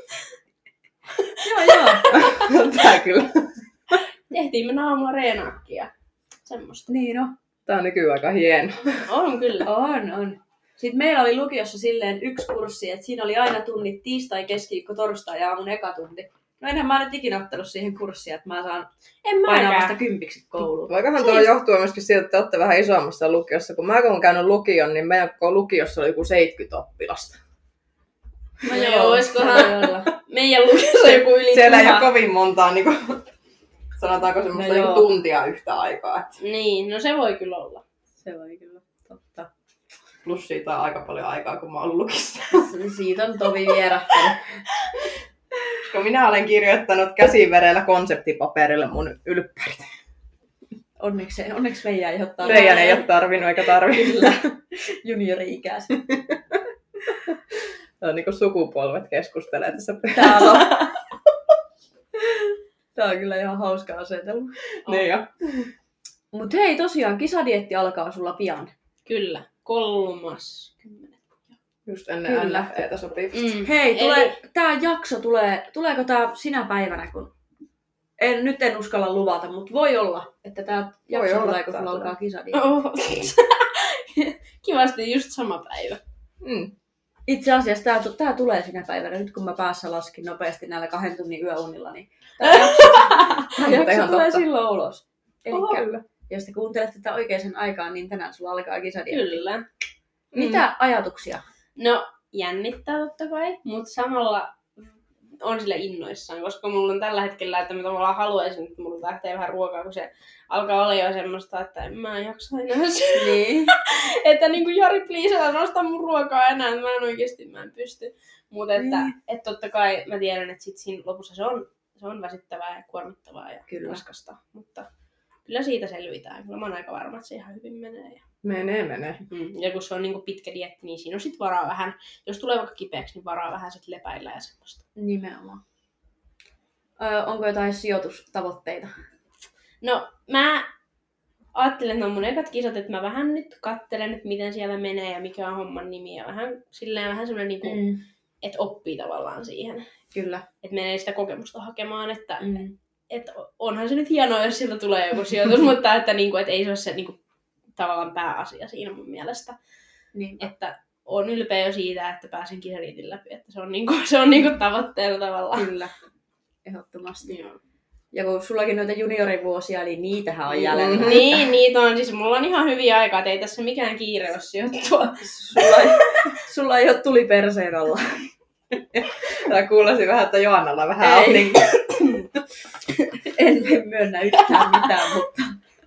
Joo. Tää kyllä. Tehtiin me aamulla reenaakin ja semmoista. Niin no. Tää on nykyään aika hieno. On kyllä. On. Sitten meillä oli lukiossa silleen 1 kurssi, että siinä oli aina tunnit tiistai, keskiviikko, torstai ja aamun eka tunti. No enhän mä nyt ikinä ottanut siihen kurssiin, että mä saan painaa vasta 10 kouluun. Voikohan tuo johtua myöskin siitä, että te olette vähän isommassa lukiossa. Kun mä oon käynyt lukion, niin meidän koko lukiossa oli joku 70 oppilasta. No joo, olisikohan meidän lukiossa joku yli 1000. Siellä ei ole kovin montaa, niin kuin, sanotaanko semmoista niin tuntia yhtä aikaa. Että. Niin, no se voi kyllä olla. Se voi kyllä, totta. Plus siitä on aika paljon aikaa, kun mä oon lukissa. Siitä on tovi vierähtänyt. Koska minä olen kirjoittanut käsiverellä konseptipaperille mun ylppärit. Onneksi meidän ei ole tarvinnut. Teidän ei ole tarvinnut eikä tarvitse. Kyllä. Juniori-ikäisiä. Se on niin kuin sukupolvet keskustelee tässä Täällä on. Tää on kyllä ihan hauska asetelma. Niin jo. Mut hei, tosiaan kisadietti alkaa sulla pian. Kyllä, 30. Just ennen NFT:tä sopii. Hei, tää jakso tuleeko tää sinä päivänä, kun nyt en uskalla luvata, mutta voi olla, että tää jakso tulee, kun sulla alkaa kisadietti. Kivasti just sama päivä. Itse asiassa tää tulee sinä päivänä, nyt kun mä päässä laskin nopeasti näillä 2 tunnin yöunilla, niin tää jakso tulee silloin ulos. Elikkä, jos te kuuntelette tätä oikeaan aikaan, niin tänään sulla alkaa kisadietti. Kyllä. Mitä ajatuksia? No, jännittää totta kai, mutta samalla on sille innoissaan, koska mulla on tällä hetkellä, että mä tavallaan haluaisin, että mulla lähtee vähän ruokaa, kun se alkaa olla jo semmoista, että en mä jaksa enää syödä. Niin. Että niinku Jari, please, älä nosta mun ruokaa enää, mä en pysty. Mutta että totta kai mä tiedän, että sit siinä lopussa se on väsyttävää ja kuormittavaa ja raskasta. Mutta kyllä siitä selvitään. Kyllä mä oon aika varma, että se ihan hyvin menee. Menee. Ja kun se on niinku pitkä dieetti, niin siinä on sit varaa vähän, jos tulee vaikka kipeäksi, niin varaa vähän sit lepäillä ja semmoista. Nimenomaan. Onko jotain sijoitustavoitteita? No, mä ajattelen, että ne on mun ekat kisat, että mä vähän nyt katselen, että miten siellä menee ja mikä on homman nimi. Ja vähän semmoinen, niinku, että oppii tavallaan siihen. Kyllä. Että menee sitä kokemusta hakemaan, että onhan se nyt hienoa, jos sieltä tulee joku sijoitus, mutta että niinku, et ei se ole se niinku, tavallaan pääasia siinä mun mielestä. Niinpä. Että on ylpeä jo siitä, että pääsen kisariitin läpi, että se on niinku tavoitteena tavallaan. Kyllä, ehdottomasti. Joo. Ja kun sullakin noita juniorivuosia, niin niitähän on jäljellä. Niin, niitä on. Siis mulla on ihan hyviä aikaa, että ei tässä mikään kiire ole sijoittua. Sulla ei ole tuli perseen alla. Tää kuulosti vähän, että Joannalla vähän on niin... En myönnä yhtään mitään, mutta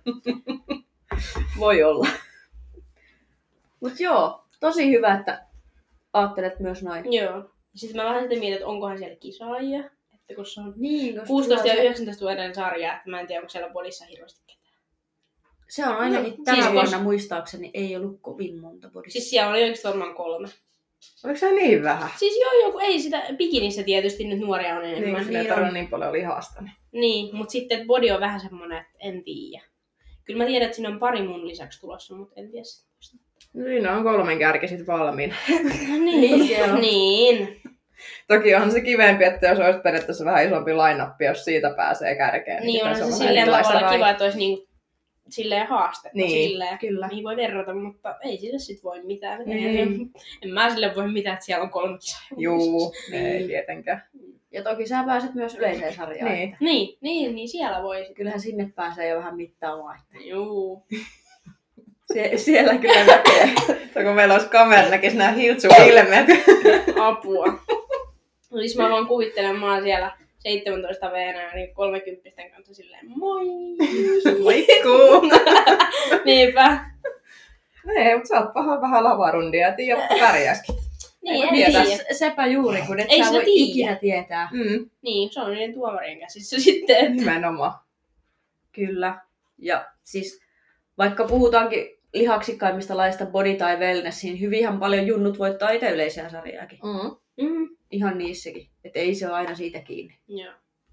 voi olla. Mut joo, tosi hyvä, että ajattelet myös noin. Joo. Sitten mä vähän sitten mietin, että onkohan siellä kisaajia. Että kun se on niin, 16 ja 19 vuoden sarja, että mä en tiedä, onko siellä bodissa hirveästi ketään. Se on ainakin tänä vuonna muistaakseni ei ollut kovin monta bodissa. Siis siellä oli oikeasti varmaan 3. Oliko se niin vähän? Siis joku ei sitä, bikinissä tietysti nyt nuoria on enemmän. Niin, ei niin paljon lihasta. Niin, mutta sitten body on vähän semmonen, että en tiedä. Kyllä mä tiedän, että siinä on pari mun lisäksi tulossa, mutta en tiedä sitä. Siinä on 3 kärki sit valmiina. Niin. Toki onhan se kivempi, että jos olisi periaatteessa vähän isompi line-up, jos siitä pääsee kärkeen. Niin on se silleen tavalla kiva, että olisi niinku silleen haastetta. Niin, silleen, kyllä. Niin voi verrata, mutta ei sille sit voi mitään. En mä sille voi mitään, että siellä on 3 kisaa. Juu, ei tietenkään. Ja toki sä pääset myös yleiseen sarjaan. Niin, siellä voi. Kyllähän sinne pääsee jo vähän mittaamaan. Juu. Siellä kyllä näkee. Kun meillä olisi kamera, näkisi nämä hiltsu-ilmeet. Apua. No siis mä vaan kuvittelen, mä oon siellä 17 V-nä niin 30 kanssa silleen moi! Moikkuu! Niinpä. Ei, mutta sä oot vähän lavarundia ja tiedät, että pärjäskin. Niin, en tiedä. Sepä juuri, kun et ei sä voi tiedä. ikinä tietää. Niin, se on niiden tuomarien käsissä sitten. Nimenomaan. Kyllä. Ja siis vaikka puhutaankin lihaksikkaimmista laista body tai wellness, niin hyvinhän paljon junnut voittaa itse yleisiä sarjaakin. Ihan niissäkin. Että ei se ole aina siitä kiinni. Joo.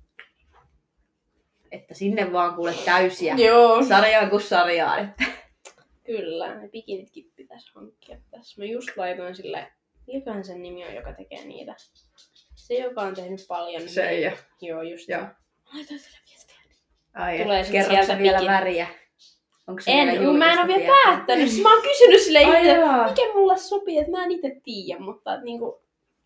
Että sinne vaan kuule täysiä. Joo. Sarjaan kuin sarjaan. Että. Kyllä, ne bikinitkin pitäisi hankkia tässä. Mä just laitoin silleen, mikähän sen nimi on, joka tekee niitä. Se, joka on tehnyt paljon. Seija. Joo, just. Joo. Laitoin sille viestiä. Ai, tulee kerroksä vielä väriä? Onko se mä en ole vielä päättänyt. Mä oon kysynyt sille mikä mulle sopii, että mä en itse tiedä, mutta niinku...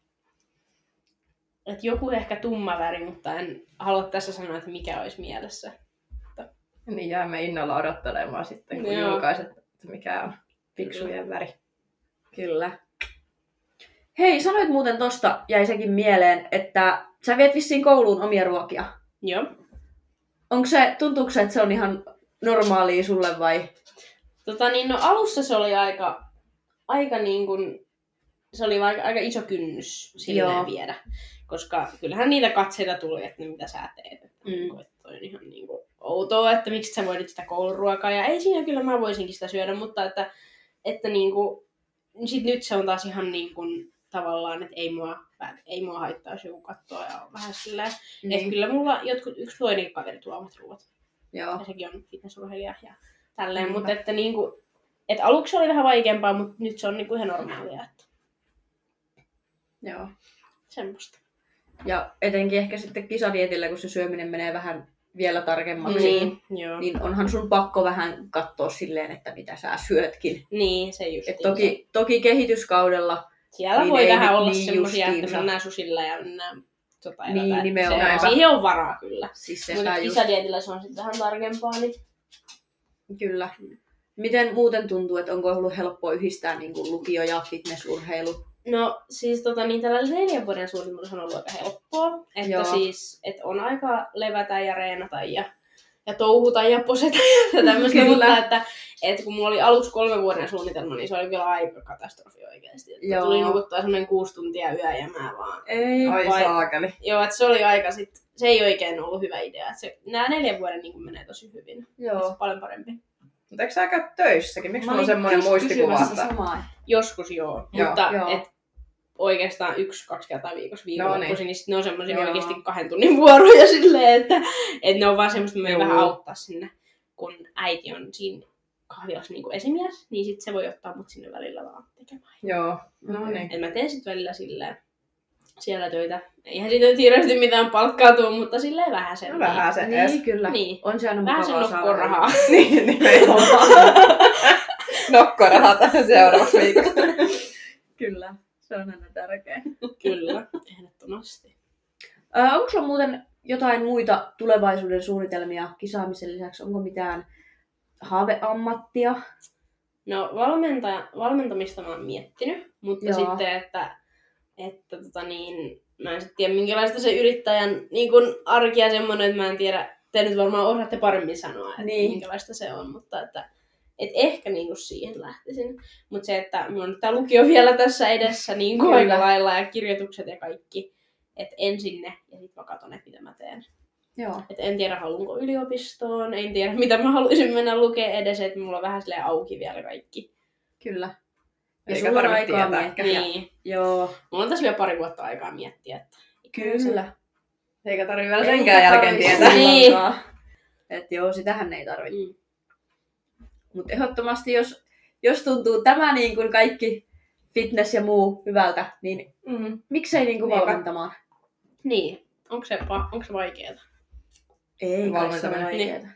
Että joku ehkä tumma väri, mutta en halua tässä sanoa, että mikä olisi mielessä. Niin jäämme innolla odottelemaan sitten, kun julkaiset, että mikä on fiksujen väri. Kyllä. Hei, sanoit muuten tosta, jäi sekin mieleen, että sä viet vissiin kouluun omia ruokia. Joo. Tuntuuko se, että se on ihan normaalia sulle vai? No alussa se oli aika niin kuin, se oli aika iso kynnys silleen viedä. Koska kyllähän niitä katseita tuli, että mitä sä teet. Että on ihan niin kuin outoa, että miksi sä voidit sitä kouluruokaa. Ja ei siinä kyllä mä voisinkin sitä syödä, mutta että niin kuin, sit nyt se on taas ihan niin kuin, tavallaan, että ei mua haittaa, jos joku kattoo ja on vähän silleen. Että kyllä mulla yksi toinen kaveri tuo omat ruuat. Joo. Ja sekin on fitnessurheilija ja tälleen. Mutta että niinku, että aluksi oli vähän vaikeampaa, mutta nyt se on niinku ihan normaalia. Että... Joo. Semmosta. Ja etenkin ehkä sitten kisadietillä, kun se syöminen menee vähän vielä tarkemmaksi, niin onhan sun pakko vähän katsoa silleen, että mitä sä syötkin. Niin, se just. Toki kehityskaudella siellä niin voi vähän olla niin semmosia, että mennään susilla ja mennään niin, nimenomaan. Siihen on varaa kyllä. Siis mutta kisadietillä se on sitten vähän tarkempaa. Niin... Kyllä. Miten muuten tuntuu, että onko ollut helppoa yhdistää niin kuin lukio ja fitnessurheilu? No siis tällä 4 vuoden suunnitelmalla on ollut aika helppoa. Että siis, että on aika levätä ja reenata ja ja touhuta ja poseta ja tämmöistä. Mutta että kun mulla oli aluksi 3 vuoden suunnitelma, niin se oli kyllä aika katastrofi oikeasti. Tuli nukuttaa semmoinen 6 tuntia yö ja mä vaan... Ai saakeli. Joo, että se oli aika se ei oikein ollut hyvä idea. Nämä 4 vuoden niin menee tosi hyvin. Joo. Se on paljon parempi. Mutta eikö sä käy töissäkin? Miksi mulla on semmoinen muistikuva? Joskus joo. Mutta oikeastaan 1-2 kertaa viikossa viikonloppuisin, niin ne on semmoisia oikeasti 2 tunnin vuoroja silleen, että ne on vaan semmoista, että me vähän auttaa sinne, kun äiti on siinä kahvilassa niin kuin esimies, niin sit se voi ottaa mut sinne välillä vaan tekemään. Joo, no niin. Et mä teen sit välillä silleen siellä töitä. Eihän siitä nyt hirveästi mitään palkkaa tuu, mutta silleen vähäsen. No vähäsen. Niin, kyllä. Niin. On se aina mukavaa saada. Vähäsen nokkorahaa. Niin, nokkorahaa tähän seuraavaksi viikosta. Kyllä, se on aina tärkeä. Kyllä, ehdottomasti. Onko sulla muuten jotain muita tulevaisuuden suunnitelmia kisaamisen lisäksi? Onko mitään haaveammattia? No valmentamista mä oon miettinyt, mutta sitten, että mä en sitten tiedä minkälaista se yrittäjän niin kun arki ja semmoinen, että mä en tiedä, te nyt varmaan osaatte paremmin sanoa, että minkälaista se on, mutta että ehkä niin kuin siihen lähtisin. Mutta se, että mulla on nyt tää lukio vielä tässä edessä niin kuin aika lailla ja kirjoitukset ja kaikki, että ensin ne ja sitten mä katon, että mitä mä teen. Joo. Et en tiedä, haluanko yliopistoon, en tiedä, mitä mä haluaisin mennä lukea edes, että mulla on vähän silleen auki vielä kaikki. Kyllä. Ja sulla on aikaa miettiä. Niin. Joo. Mulla on tässä vielä 2 vuotta aikaa miettiä. Että kyllä. Eikä tarvitse vielä senkään jälkeen tietää. Niin. Että joo, sitähän ei tarvitse. Mutta ehdottomasti, jos tuntuu tämä niin kuin kaikki fitness ja muu hyvältä, niin miksei niin kuin valmentamaan? Niin. Onko se vaikeeta? Ei kai se ole vaikeeta.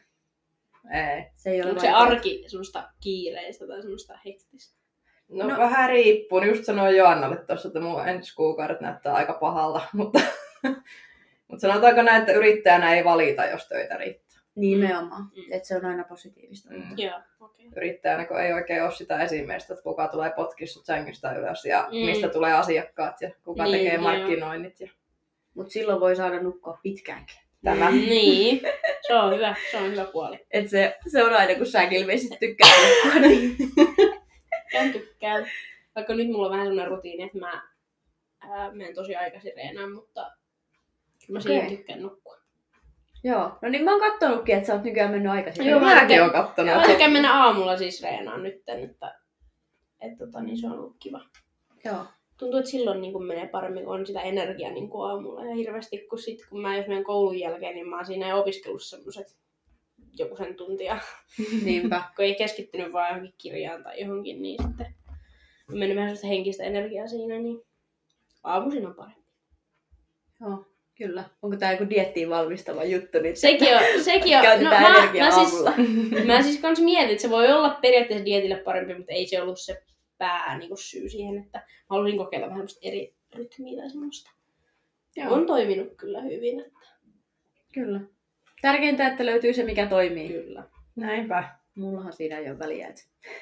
Ei. Se ei ole onko se arki semmoista kiireistä tai semmoista hektistä? No vähän riippuu. Just sanoin Joannalle tuossa, että mun ensi kuukaudet näyttää aika pahalta. Mutta sanotaanko näin, että yrittäjänä ei valita, jos töitä riittää. Nimenomaan. Että se on aina positiivista. Joo, okei. Yrittäjänä, kun ei oikein ole sitä esimiestä, että kuka tulee potkia sut sängystä ylös ja mistä tulee asiakkaat ja kuka tekee markkinoinnit. Mutta silloin voi saada nukkua pitkäänkin. Tämä. Niin, se on hyvä puoli. Et se on aina, kun säkin ilmeisesti tykkää nukkua. Niin. Tykkään. Vaikka nyt mulla on vähän sellainen rutiini, että mä menen tosi aikaisin reenaan, mutta mä siihen tykkään nukkua. Joo, no niin mä oon kattonutkin, että sä oot nykyään mennyt aikaisin. Joo, mäkin oon kattonut. Mä tykkään mennä aamulla siis reenaan nytten, että niin se on ollut kiva. Joo. Tuntuu, että silloin niin kun menee paremmin, kun on sitä energiaa niin kun aamulla. Ja hirveästi, kun mä jos menen koulun jälkeen, niin mä oon siinä jo opiskellut semmoset joku sen tuntia. Niinpä. Kun ei keskittynyt vaan johonkin kirjaan tai johonkin, niin sitten on mennyt vähän sellaista henkistä energiaa siinä, niin aamuisin on parempi. Joo, kyllä. Onko tää joku diettiin valmistava juttu? Niin sekin on. Käytetään energiaa aamulla. Mä siis kans mietin, että se voi olla periaatteessa dietille parempi, mutta ei se ollut se syy siihen, että mä halusin kokeilla vähän eri rytmiä tai semmoista. Joo. On toiminut kyllä hyvin. Että... Kyllä. Tärkeintä, että löytyy se, mikä toimii. Kyllä. Näinpä. Mullahan siinä ei ole väliä.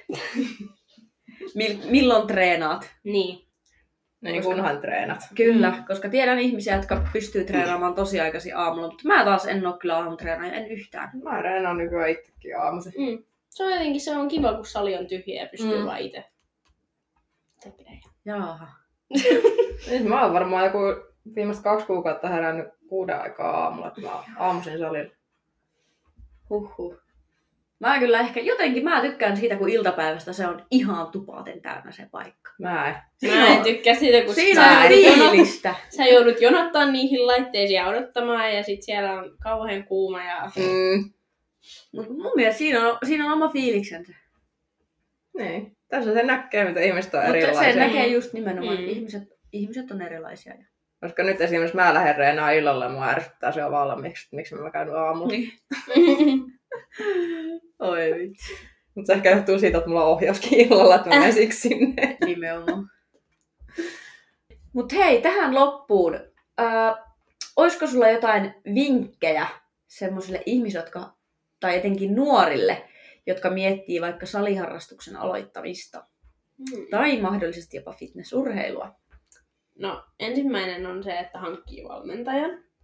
Milloin treenaat? Niin. Niin kunhan treenat. Kyllä, koska tiedän ihmisiä, jotka pystyy treenaamaan tosi aikaisin aamulla, mutta mä taas en ole kyllä aamutreenaaja, en yhtään. Mä treenaan nykyään itsekin aamuisin. Se on jotenkin kiva, kun sali on tyhjä ja pystyy vaan itse tekemään. Jaaha. Mä oon varmaan joku viimeiset 2 kuukautta herännyt 6 aikaa aamulla, että mä aamuisin salilla. Huhhuh. Mä kyllä ehkä jotenkin mä tykkään siitä, kun iltapäivästä se on ihan tupaten täynnä se paikka. Mä en tykkää siitä, kun siinä on fiilistä. Sä joudut jonottaa niihin laitteisiin ja odottamaan ja sit siellä on kauhean kuuma ja... Mut mun mielestä siinä on oma fiiliksensä. Niin. Tässä se näkee, mitä ihmiset on erilaisia. Mutta se näkee just nimenomaan, että ihmiset on erilaisia. Koska nyt esimerkiksi mä lähden reenaan illalla ja mua ärsyttää se jo valmiiksi, että miksi mä käyn aamulla. Oi vitsi. Mutta se ehkä johtuu siitä, että mulla on ohjauskin illalla, että mä menen siksi sinne. Nimenomaan. Mut hei, tähän loppuun. Olisiko sulla jotain vinkkejä semmoisille ihmisille, tai etenkin nuorille, jotka miettii vaikka saliharrastuksen aloittamista? Tai mahdollisesti jopa fitnessurheilua? No, ensimmäinen on se, että hankkii valmentajan.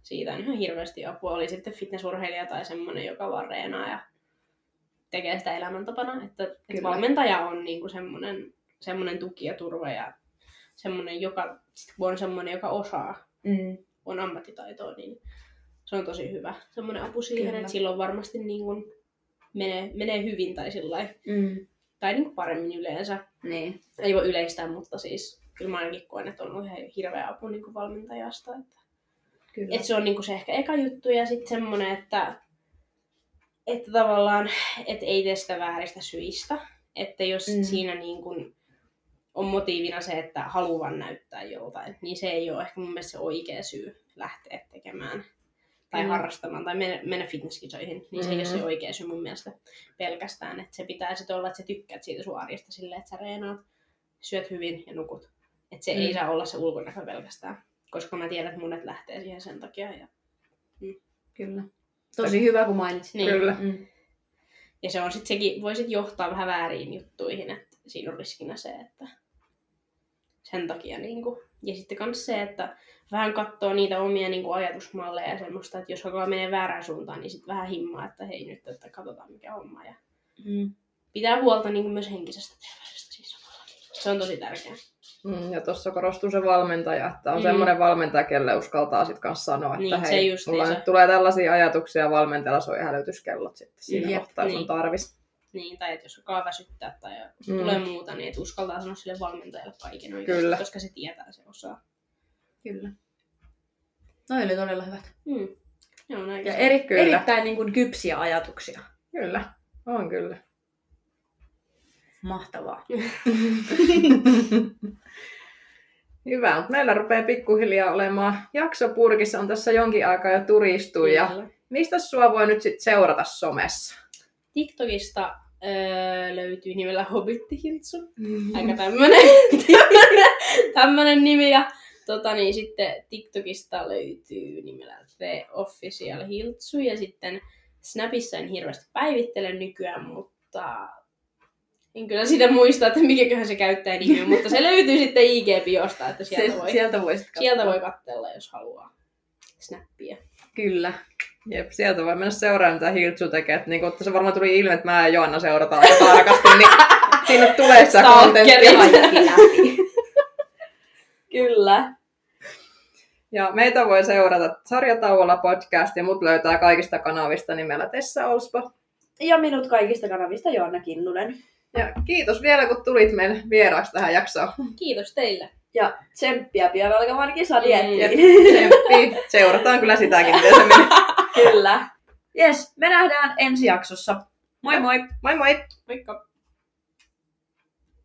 siitä on ihan hirveästi apua. Oli sitten fitnessurheilija tai semmoinen, joka vaan reenaa ja tekee sitä elämäntapana. Että valmentaja on niinku semmoinen tuki ja turva ja semmoinen, joka on semmoinen, joka osaa, on ammattitaitoa, niin se on tosi hyvä. Semmoinen apu siihen, että silloin varmasti niin kuin menee hyvin tai sillain. Tai niin kuin paremmin yleensä. Niin. Ei voi yleistää, mutta siis kyllä mä ainakin koen, että on ihan hirveä apu niin kuin valmentajasta. Että se on niin kuin se ehkä eka juttu ja sitten semmoinen, että tavallaan että ei tee sitä vääristä syistä. Että jos siinä niin kuin on motiivina se, että haluan näyttää joltain, niin se ei ole ehkä mun mielestä se oikea syy lähteä tekemään tai harrastamaan tai mennä fitnesskisoihin. Niin se ei ole se oikea syy mun mielestä pelkästään. Että se pitää sitten olla, että sä tykkäät siitä sun arjesta silleen, että sä reenaat, syöt hyvin ja nukut. Että se ei saa olla se ulkonäkö pelkästään. Koska mä tiedän, että monet lähtee siihen sen takia. Ja, Kyllä. Tosi hyvä, kun mainitsit. Niin. Kyllä. Ja se on sit sekin, voi sit johtaa vähän vääriin juttuihin, että siinä on riskinä se, että sen takia niinku. Ja sitten kans se, että vähän katsoo niitä omia niinku ajatusmalleja ja semmoista, että jos alkaa menee väärään suuntaan, niin sit vähän himmaa, että hei nyt, että katsotaan mikä homma. Ja pitää huolta niinku myös henkisestä terveydestä siis samalla. Se on tosi tärkeää. Ja tuossa korostuu se valmentaja, että on semmoinen valmentaja, kelle uskaltaa sitten kanssa sanoa, että hei, mulla nyt tulee tällaisia ajatuksia, valmentajalla soi hälytyskellot sitten siinä kohtaa, jos on tarvis. Niin, tai että jos alkaa väsyttää tai tulee muuta, niin et uskaltaa sanoa sille valmentajalle kaiken oikeasti, koska se tietää, se osaa. Kyllä. Noi oli todella hyvät. Joo, näin. Ja erittäin niin kuin kypsiä ajatuksia. Kyllä, on kyllä. Mahtavaa. Hyvä, mutta meillä rupeaa pikkuhiljaa olemaan jaksopurkissa, on tässä jonkin aikaa jo turistu. Ja mistä sua voi nyt sitten seurata somessa? TikTokista löytyy nimellä Hobbit-Hiltsu. Aika tämmönen nimi. Ja sitten TikTokista löytyy nimellä The Official Hiltsu. Ja sitten Snapissa en hirveästi päivittele nykyään, mutta en kyllä sitä muista, että mikäköhän se käyttää nimi, mutta se löytyy sitten IG-biosta, että sieltä voi katsella, jos haluaa snappia. Kyllä. Jep, sieltä voi mennä seuraamaan, mitä Hiltsu tekee. Niin kun se varmaan tuli ilmi, että mä ja Joanna seurataan aika tarkasti, niin sinne tulee sitä kontenttia. Kyllä. Ja meitä voi seurata Sarjatauolla podcast ja mut löytää kaikista kanavista nimellä Tessa Olspo. Ja minut kaikista kanavista Joanna Kinnunen. Ja kiitos vielä, kun tulit meille vieraaksi tähän jaksoon. Kiitos teille. Ja tsemppiä pian alkamaan kisadiettiin. Tsemppiä. Seurataan kyllä sitäkin, miten se menee. Kyllä. Jes, me nähdään ensi jaksossa. Moi moi! Moi moi! Moikka!